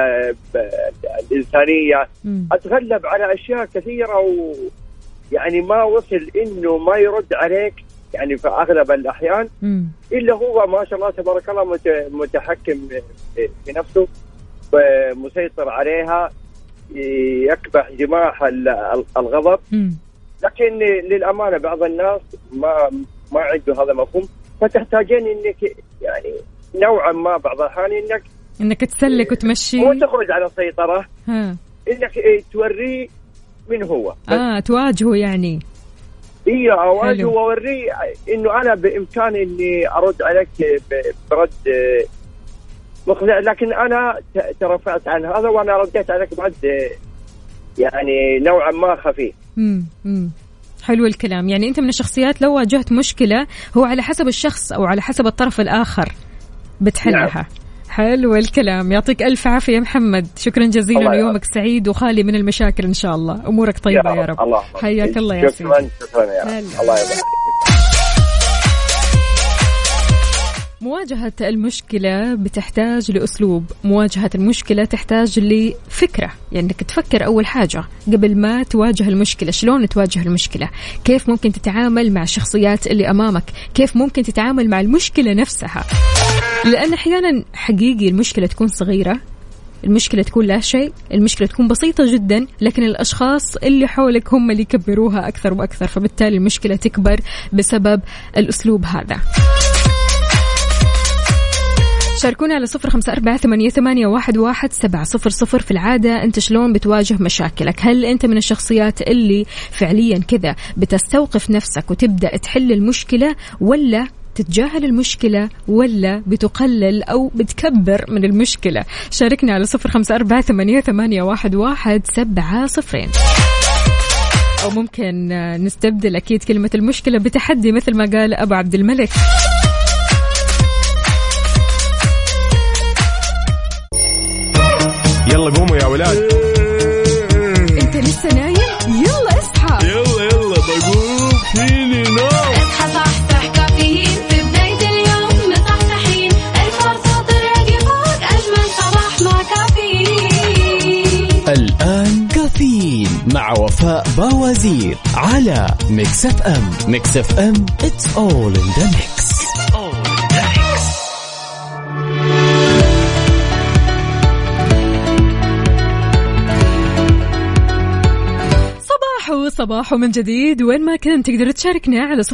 الإنسانية، أتغلب على أشياء كثيرة، ويعني ما وصل إنه ما يرد عليك يعني في أغلب الأحيان، إلا هو ما شاء الله تبارك الله متحكم في نفسه ومسيطر عليها، يكبح جماح الغضب. لكن للأمانة بعض الناس ما عنده هذا المفهوم، فتحتاجين إنك يعني نوعا ما بعض الأحيان إنك تسلك وتمشي، مو تخرج على السيطرة، إنك توريه من هو، تواجهه يعني. أواجهه وأوريه إنه أنا بإمكاني إني أرد عليك برد مقنع، لكن أنا ترفعت عن هذا وأنا رديت عليك بعد يعني نوعا ما خفيف. حلو الكلام. يعني أنت من الشخصيات لو واجهت مشكلة هو على حسب الشخص أو على حسب الطرف الآخر بتحلها. نعم. حلو الكلام. يعطيك ألف عافية يا محمد، شكرا جزيلا ويومك سعيد وخالي من المشاكل إن شاء الله. أمورك طيبة يا رب. حياك الله يا سيدي. شكرا يا الله يبارك. مواجهة المشكلة بتحتاج لأسلوب، مواجهة المشكلة تحتاج لفكرة، يعني انك تفكر أول حاجة قبل ما تواجه المشكلة. شلون تواجه المشكلة؟ كيف ممكن تتعامل مع الشخصيات اللي أمامك؟ كيف ممكن تتعامل مع المشكلة نفسها؟ لأن أحيانا حقيقي المشكلة تكون صغيرة، المشكلة تكون لا شيء، المشكلة تكون بسيطة جدا، لكن الأشخاص اللي حولك هم اللي يكبروها أكثر وأكثر، فبالتالي المشكلة تكبر بسبب الأسلوب هذا. شاركونا على 0548811700. في العادة أنت شلون بتواجه مشاكلك؟ هل أنت من الشخصيات اللي فعليا كذا بتستوقف نفسك وتبدأ تحل المشكلة، ولا تتجاهل المشكلة، ولا بتقلل أو بتكبر من المشكلة؟ شاركنا على 0548811700. أو ممكن نستبدل أكيد كلمة المشكلة بتحدي مثل ما قال أبو عبد الملك. يلا قوموا يا ولاد. انت لسه نايم؟ يلا اصحى. يلا بقوم فيني نوم. اصحى صحصح كافيين في بداية اليوم مصحصحين، الفرصة تراقي فوق أجمل صباح مع كافيين. الآن كافيين مع وفاء باوزير على ميكس اف ام. ميكس اف ام it's all in the mix. الصباح ومن جديد وين ما كنت تقدر تشاركنا على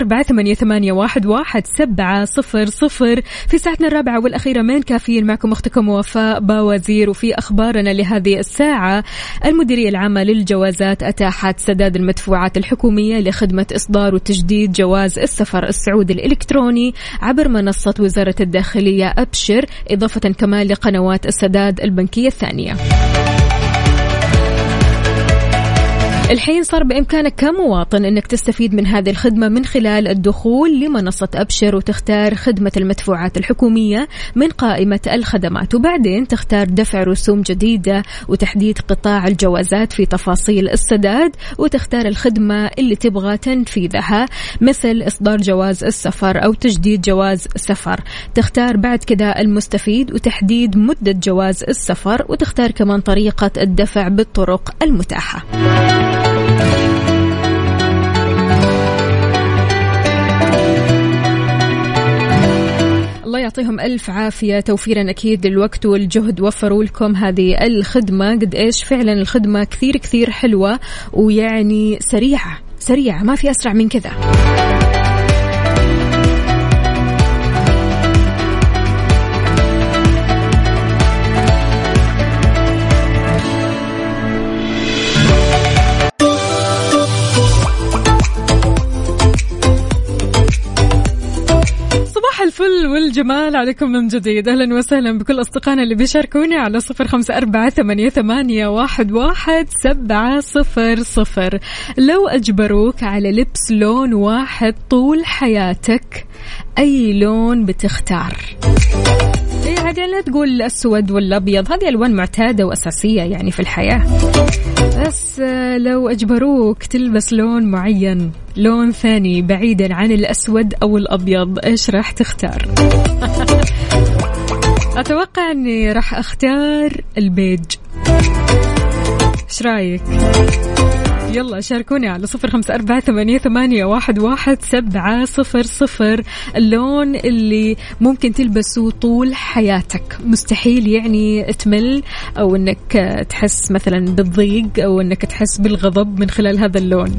0548811700 في ساعتنا الرابعة والأخيرة من كافيين. معكم أختكم وفاء باوزير. وفي أخبارنا لهذه الساعة، المديرية العامة للجوازات أتاحت سداد المدفوعات الحكومية لخدمة إصدار وتجديد جواز السفر السعودي الإلكتروني عبر منصة وزارة الداخلية أبشر، إضافة كمان لقنوات السداد البنكية الثانية. الحين صار بإمكانك كمواطن أنك تستفيد من هذه الخدمة من خلال الدخول لمنصة أبشر وتختار خدمة المدفوعات الحكومية من قائمة الخدمات، وبعدين تختار دفع رسوم جديدة وتحديد قطاع الجوازات في تفاصيل السداد، وتختار الخدمة اللي تبغى تنفيذها مثل إصدار جواز السفر أو تجديد جواز سفر. تختار بعد كذا المستفيد وتحديد مدة جواز السفر، وتختار كمان طريقة الدفع بالطرق المتاحة. الله يعطيهم ألف عافية، توفيرا أكيد للوقت والجهد وفروا لكم هذه الخدمة. قد إيش فعلا الخدمة كثير كثير حلوة، ويعني سريعة ما في أسرع من كذا. الفل والجمال عليكم من جديد. أهلا وسهلا بكل أصدقائنا اللي بيشاركوني على 0548811700. لو أجبروك على لبس لون واحد طول حياتك، أي لون بتختار؟ يعني لا تقول الأسود والأبيض، هذه ألوان معتادة وأساسية يعني في الحياة، بس لو أجبروك تلبس لون معين، لون ثاني بعيدا عن الأسود أو الأبيض، إيش راح تختار؟ أتوقع أني راح أختار البيج. إيش رأيك؟ يلا شاركوني على 0548811700. اللون اللي ممكن تلبسه طول حياتك، مستحيل يعني تمل أو أنك تحس مثلا بالضيق أو أنك تحس بالغضب من خلال هذا اللون.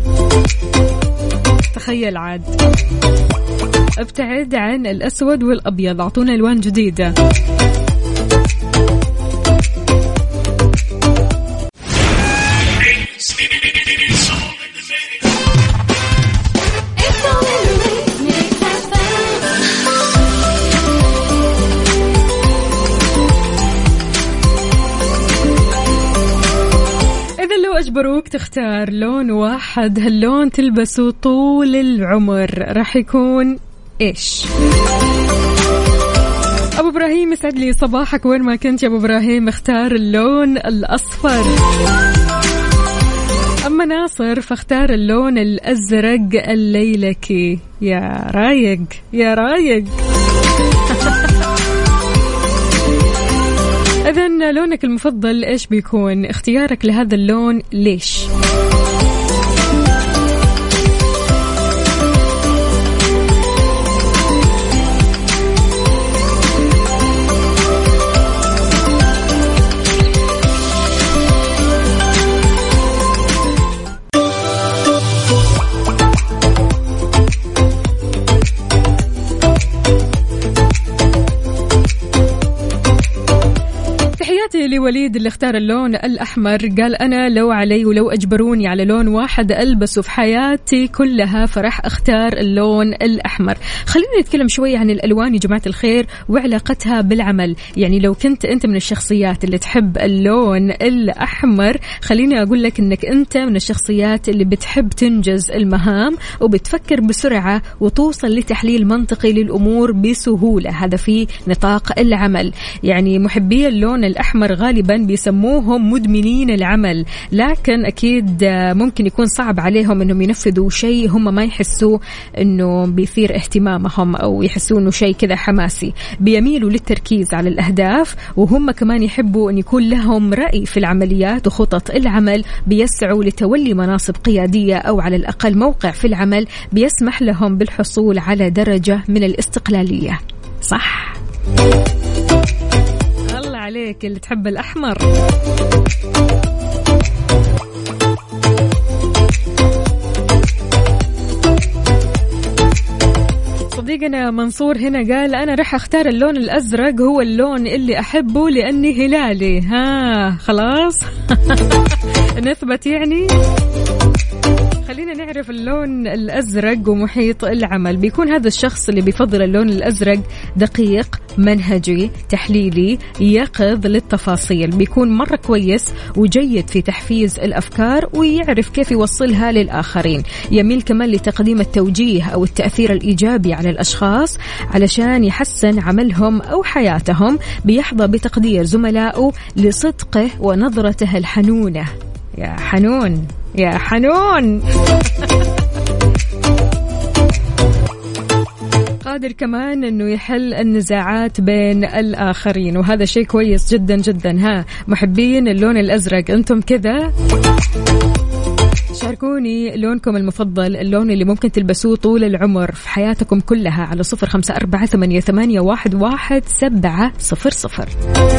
تخيل عاد، ابتعد عن الأسود والأبيض، أعطونا ألوان جديدة. أجبروك تختار لون واحد، هاللون تلبسه طول العمر، راح يكون إيش؟ أبو إبراهيم يسعد لي صباحك، وين ما كنت يا أبو إبراهيم اختار اللون الأصفر. أما ناصر فاختار اللون الأزرق الليلكي. يا رايق يا رايق. إذن لونك المفضل إيش بيكون؟ اختيارك لهذا اللون ليش؟ لوليد اللي اختار اللون الأحمر، قال أنا لو علي ولو أجبروني على لون واحد ألبسه في حياتي كلها فرح أختار اللون الأحمر. خلينا نتكلم شوية عن الألوان يا جماعة الخير وعلاقتها بالعمل. يعني لو كنت أنت من الشخصيات اللي تحب اللون الأحمر، خليني أقول لك أنك أنت من الشخصيات اللي بتحب تنجز المهام وبتفكر بسرعة وتوصل لتحليل منطقي للأمور بسهولة، هذا في نطاق العمل. يعني محبي اللون الأحمر غالبا بيسموهم مدمنين العمل، لكن أكيد ممكن يكون صعب عليهم أنهم ينفذوا شيء هم ما يحسوا أنه بيثير اهتمامهم أو يحسوا أنه شيء كذا حماسي. بيميلوا للتركيز على الأهداف، وهم كمان يحبوا أن يكون لهم رأي في العمليات وخطط العمل. بيسعوا لتولي مناصب قيادية أو على الأقل موقع في العمل بيسمح لهم بالحصول على درجة من الاستقلالية. صح؟ الله عليك اللي تحب الأحمر. فريقنا منصور هنا قال أنا رح أختار اللون الأزرق، هو اللون اللي أحبه لأني هلالي. ها خلاص نثبت يعني. خلينا نعرف اللون الأزرق ومحيط العمل. بيكون هذا الشخص اللي بيفضل اللون الأزرق دقيق، منهجي، تحليلي، يقظ للتفاصيل، بيكون مرة كويس وجيد في تحفيز الأفكار ويعرف كيف يوصلها للآخرين. يميل كمان لتقديم التوجيه أو التأثير الإيجابي على الأشخاص علشان يحسن عملهم أو حياتهم. بيحظى بتقدير زملائه لصدقه ونظرته الحنونة. يا حنون يا حنون. قادر كمان أنه يحل النزاعات بين الآخرين، وهذا شيء كويس جدا جدا. ها محبين اللون الأزرق أنتم كذا؟ شاركوني لونكم المفضل، اللون اللي ممكن تلبسوه طول العمر في حياتكم كلها على 0548811700.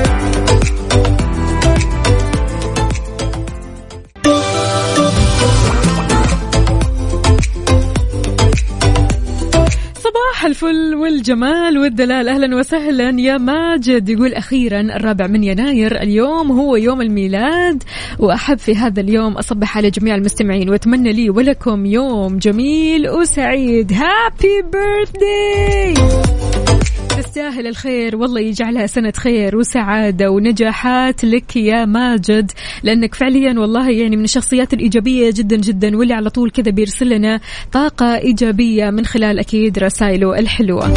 صباح الفل والجمال والدلال، أهلا وسهلا يا ماجد. يقول أخيرا 4 يناير اليوم هو يوم الميلاد، وأحب في هذا اليوم أصبح على جميع المستمعين وأتمنى لي ولكم يوم جميل وسعيد. هابي بيرثداي، تستاهل الخير، والله يجعلها سنة خير وسعادة ونجاحات لك يا ماجد، لأنك فعليا والله يعني من الشخصيات الإيجابية جدا جدا، واللي على طول كذا بيرسل لنا طاقة إيجابية من خلال أكيد رسائله الحلوة.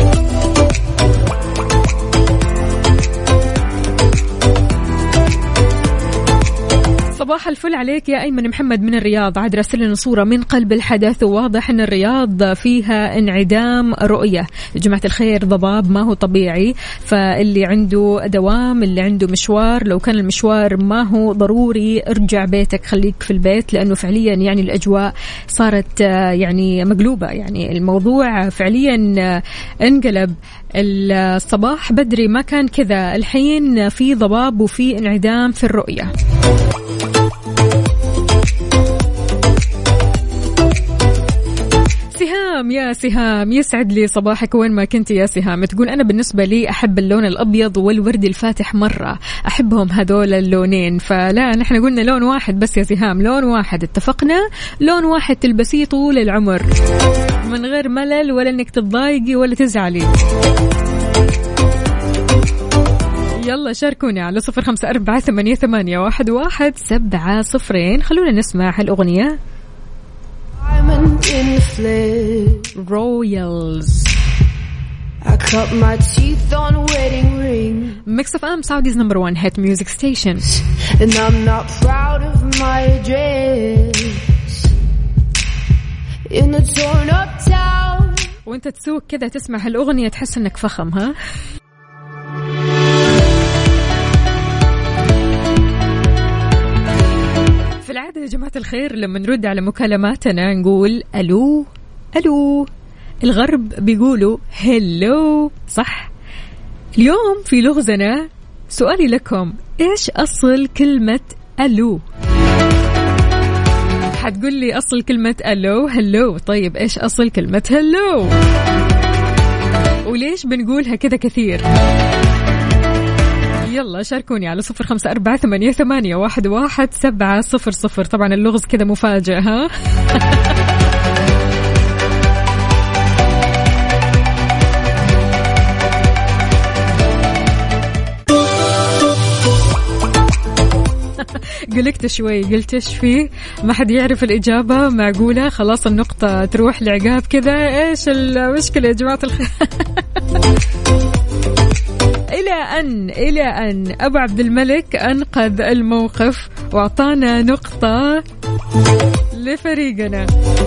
صباح الفل عليك يا أيمن محمد من الرياض، عاد راسل لنا صورة من قلب الحدث، وواضح أن الرياض فيها انعدام رؤية. يا جماعة الخير ضباب ما هو طبيعي، فاللي عنده دوام، اللي عنده مشوار، لو كان المشوار ما هو ضروري ارجع بيتك، خليك في البيت، لأنه فعليا يعني الأجواء صارت يعني مقلوبة، يعني الموضوع فعليا انقلب. الصباح بدري ما كان كذا، الحين في ضباب وفي انعدام في الرؤية. سهام يا سهام، يسعد لي صباحك وين ما كنت يا سهام. تقول أنا بالنسبة لي أحب اللون الأبيض والوردي الفاتح مرة، أحبهم هذول اللونين، فلا نحن قلنا لون واحد بس يا سهام، لون واحد، اتفقنا لون واحد تلبسيه طول العمر من غير ملل ولا إنك تتضايقي ولا تزعلي. يلا شاركوني على 0548811700. خلونا نسمع هالأغنية رويالز. Mix of Saudi's number 1 hit music station. And I'm not proud of my address in a torn up town. وانت تسوق كذا تسمع هالأغنية تحس انك فخم. ها في العادة يا جماعة الخير لما نرد على مكالماتنا نقول ألو ألو، الغرب بيقولوا هلو، صح؟ اليوم في لغزنا سؤالي لكم، إيش أصل كلمة ألو؟ حتقول لي أصل كلمة ألو هلو، طيب إيش أصل كلمة هلو؟ وليش بنقولها كذا كثير؟ يلا شاركوني على 0548811700. طبعا اللغز كذا مفاجئ. ها قلقت شوي، قلت ايش فيه، ما حد يعرف الإجابة، معقولة خلاص النقطة تروح لعقاب كذا؟ ايش المشكلة يا جماعة الخير؟ إلى أن أبو عبد الملك أنقذ الموقف وأعطانا نقطة لفريقنا.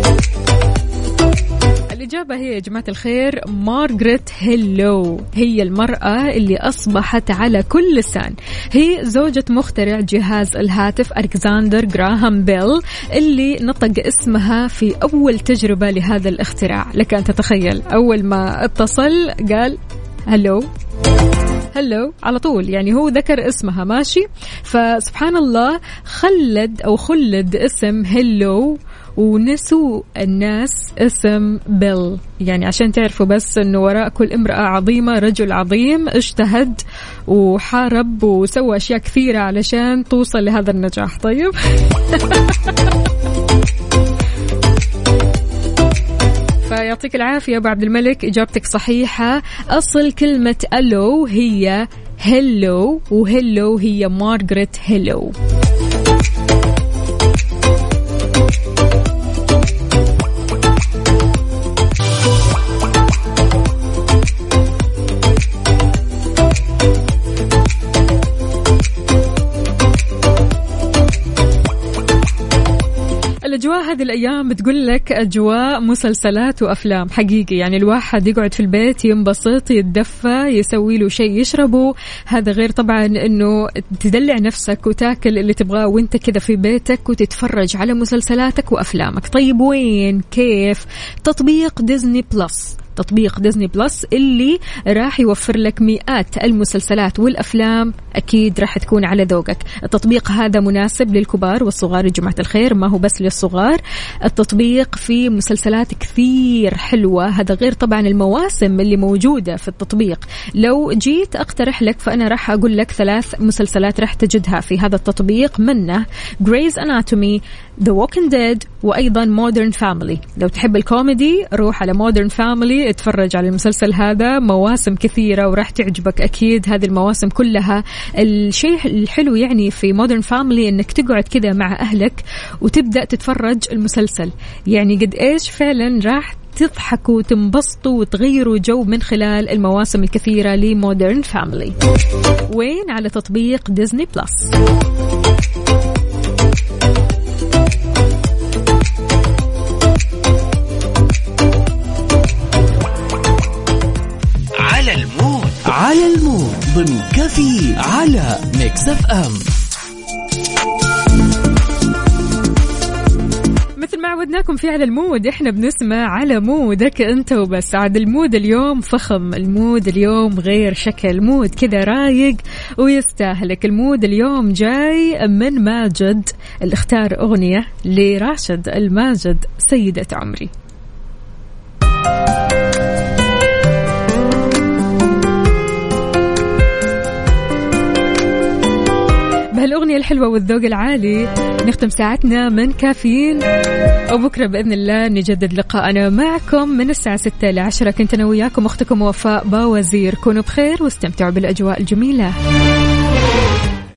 الإجابة هي يا جماعة الخير مارغريت هيلو، هي المرأة اللي أصبحت على كل لسان، هي زوجة مخترع جهاز الهاتف ألكسندر غراهام بيل اللي نطق اسمها في أول تجربة لهذا الاختراع. لك أن تتخيل أول ما اتصل قال هلو هلو على طول، يعني هو ذكر اسمها ماشي. فسبحان الله خلد اسم هلو ونسوا الناس اسم بيل. يعني عشان تعرفوا بس أنه وراء كل امرأة عظيمة رجل عظيم اجتهد وحارب وسوى أشياء كثيرة علشان توصل لهذا النجاح. طيب فيعطيك العافية أبو عبد الملك، إجابتك صحيحة. أصل كلمة ألو هي هلو، وهلو هي مارغريت هلو. الأجواء هذه الأيام بتقول لك أجواء مسلسلات وأفلام حقيقي. يعني الواحد يقعد في البيت ينبسط يتدفى يسوي له شيء يشربه، هذا غير طبعا أنه تدلع نفسك وتاكل اللي تبغاه وانت كذا في بيتك وتتفرج على مسلسلاتك وأفلامك. طيب وين كيف؟ تطبيق ديزني بلس. تطبيق ديزني بلس اللي راح يوفر لك مئات المسلسلات والأفلام، أكيد راح تكون على ذوقك. التطبيق هذا مناسب للكبار والصغار يا جماعة الخير، ما هو بس للصغار. التطبيق فيه مسلسلات كثير حلوة، هذا غير طبعا المواسم اللي موجودة في التطبيق. لو جيت أقترح لك فأنا راح أقول لك 3 مسلسلات راح تجدها في هذا التطبيق، منه Grey's Anatomy, The Walking Dead، وأيضا Modern Family. لو تحب الكوميدي روح على Modern Family اتفرج على المسلسل هذا، مواسم كثيرة وراح تعجبك أكيد هذه المواسم كلها. الشيء الحلو يعني في Modern Family إنك تقعد كذا مع أهلك وتبدأ تتفرج المسلسل، يعني قد إيش فعلا راح تضحكوا وتنبسطوا وتغيروا جو من خلال المواسم الكثيرة لمودرن فاميلي. وين؟ على تطبيق ديزني بلس. على المود ضمن كافيين على ميكس اف ام. مثل ما عودناكم في على المود، احنا بنسمع على مودك انت وبس. عاد المود اليوم فخم، المود اليوم غير شكل، مود كذا رايق ويستاهلك. المود اليوم جاي من ماجد اللي اختار اغنية لراشد الماجد سيدة عمري. بهالأغنية الحلوة والذوق العالي نختم ساعتنا من كافيين، وبكرة بإذن الله نجدد لقاءنا معكم من الساعة 6 إلى 10. كنت أنا وياكم أختكم وفاء باوزير. كونوا بخير واستمتعوا بالأجواء الجميلة.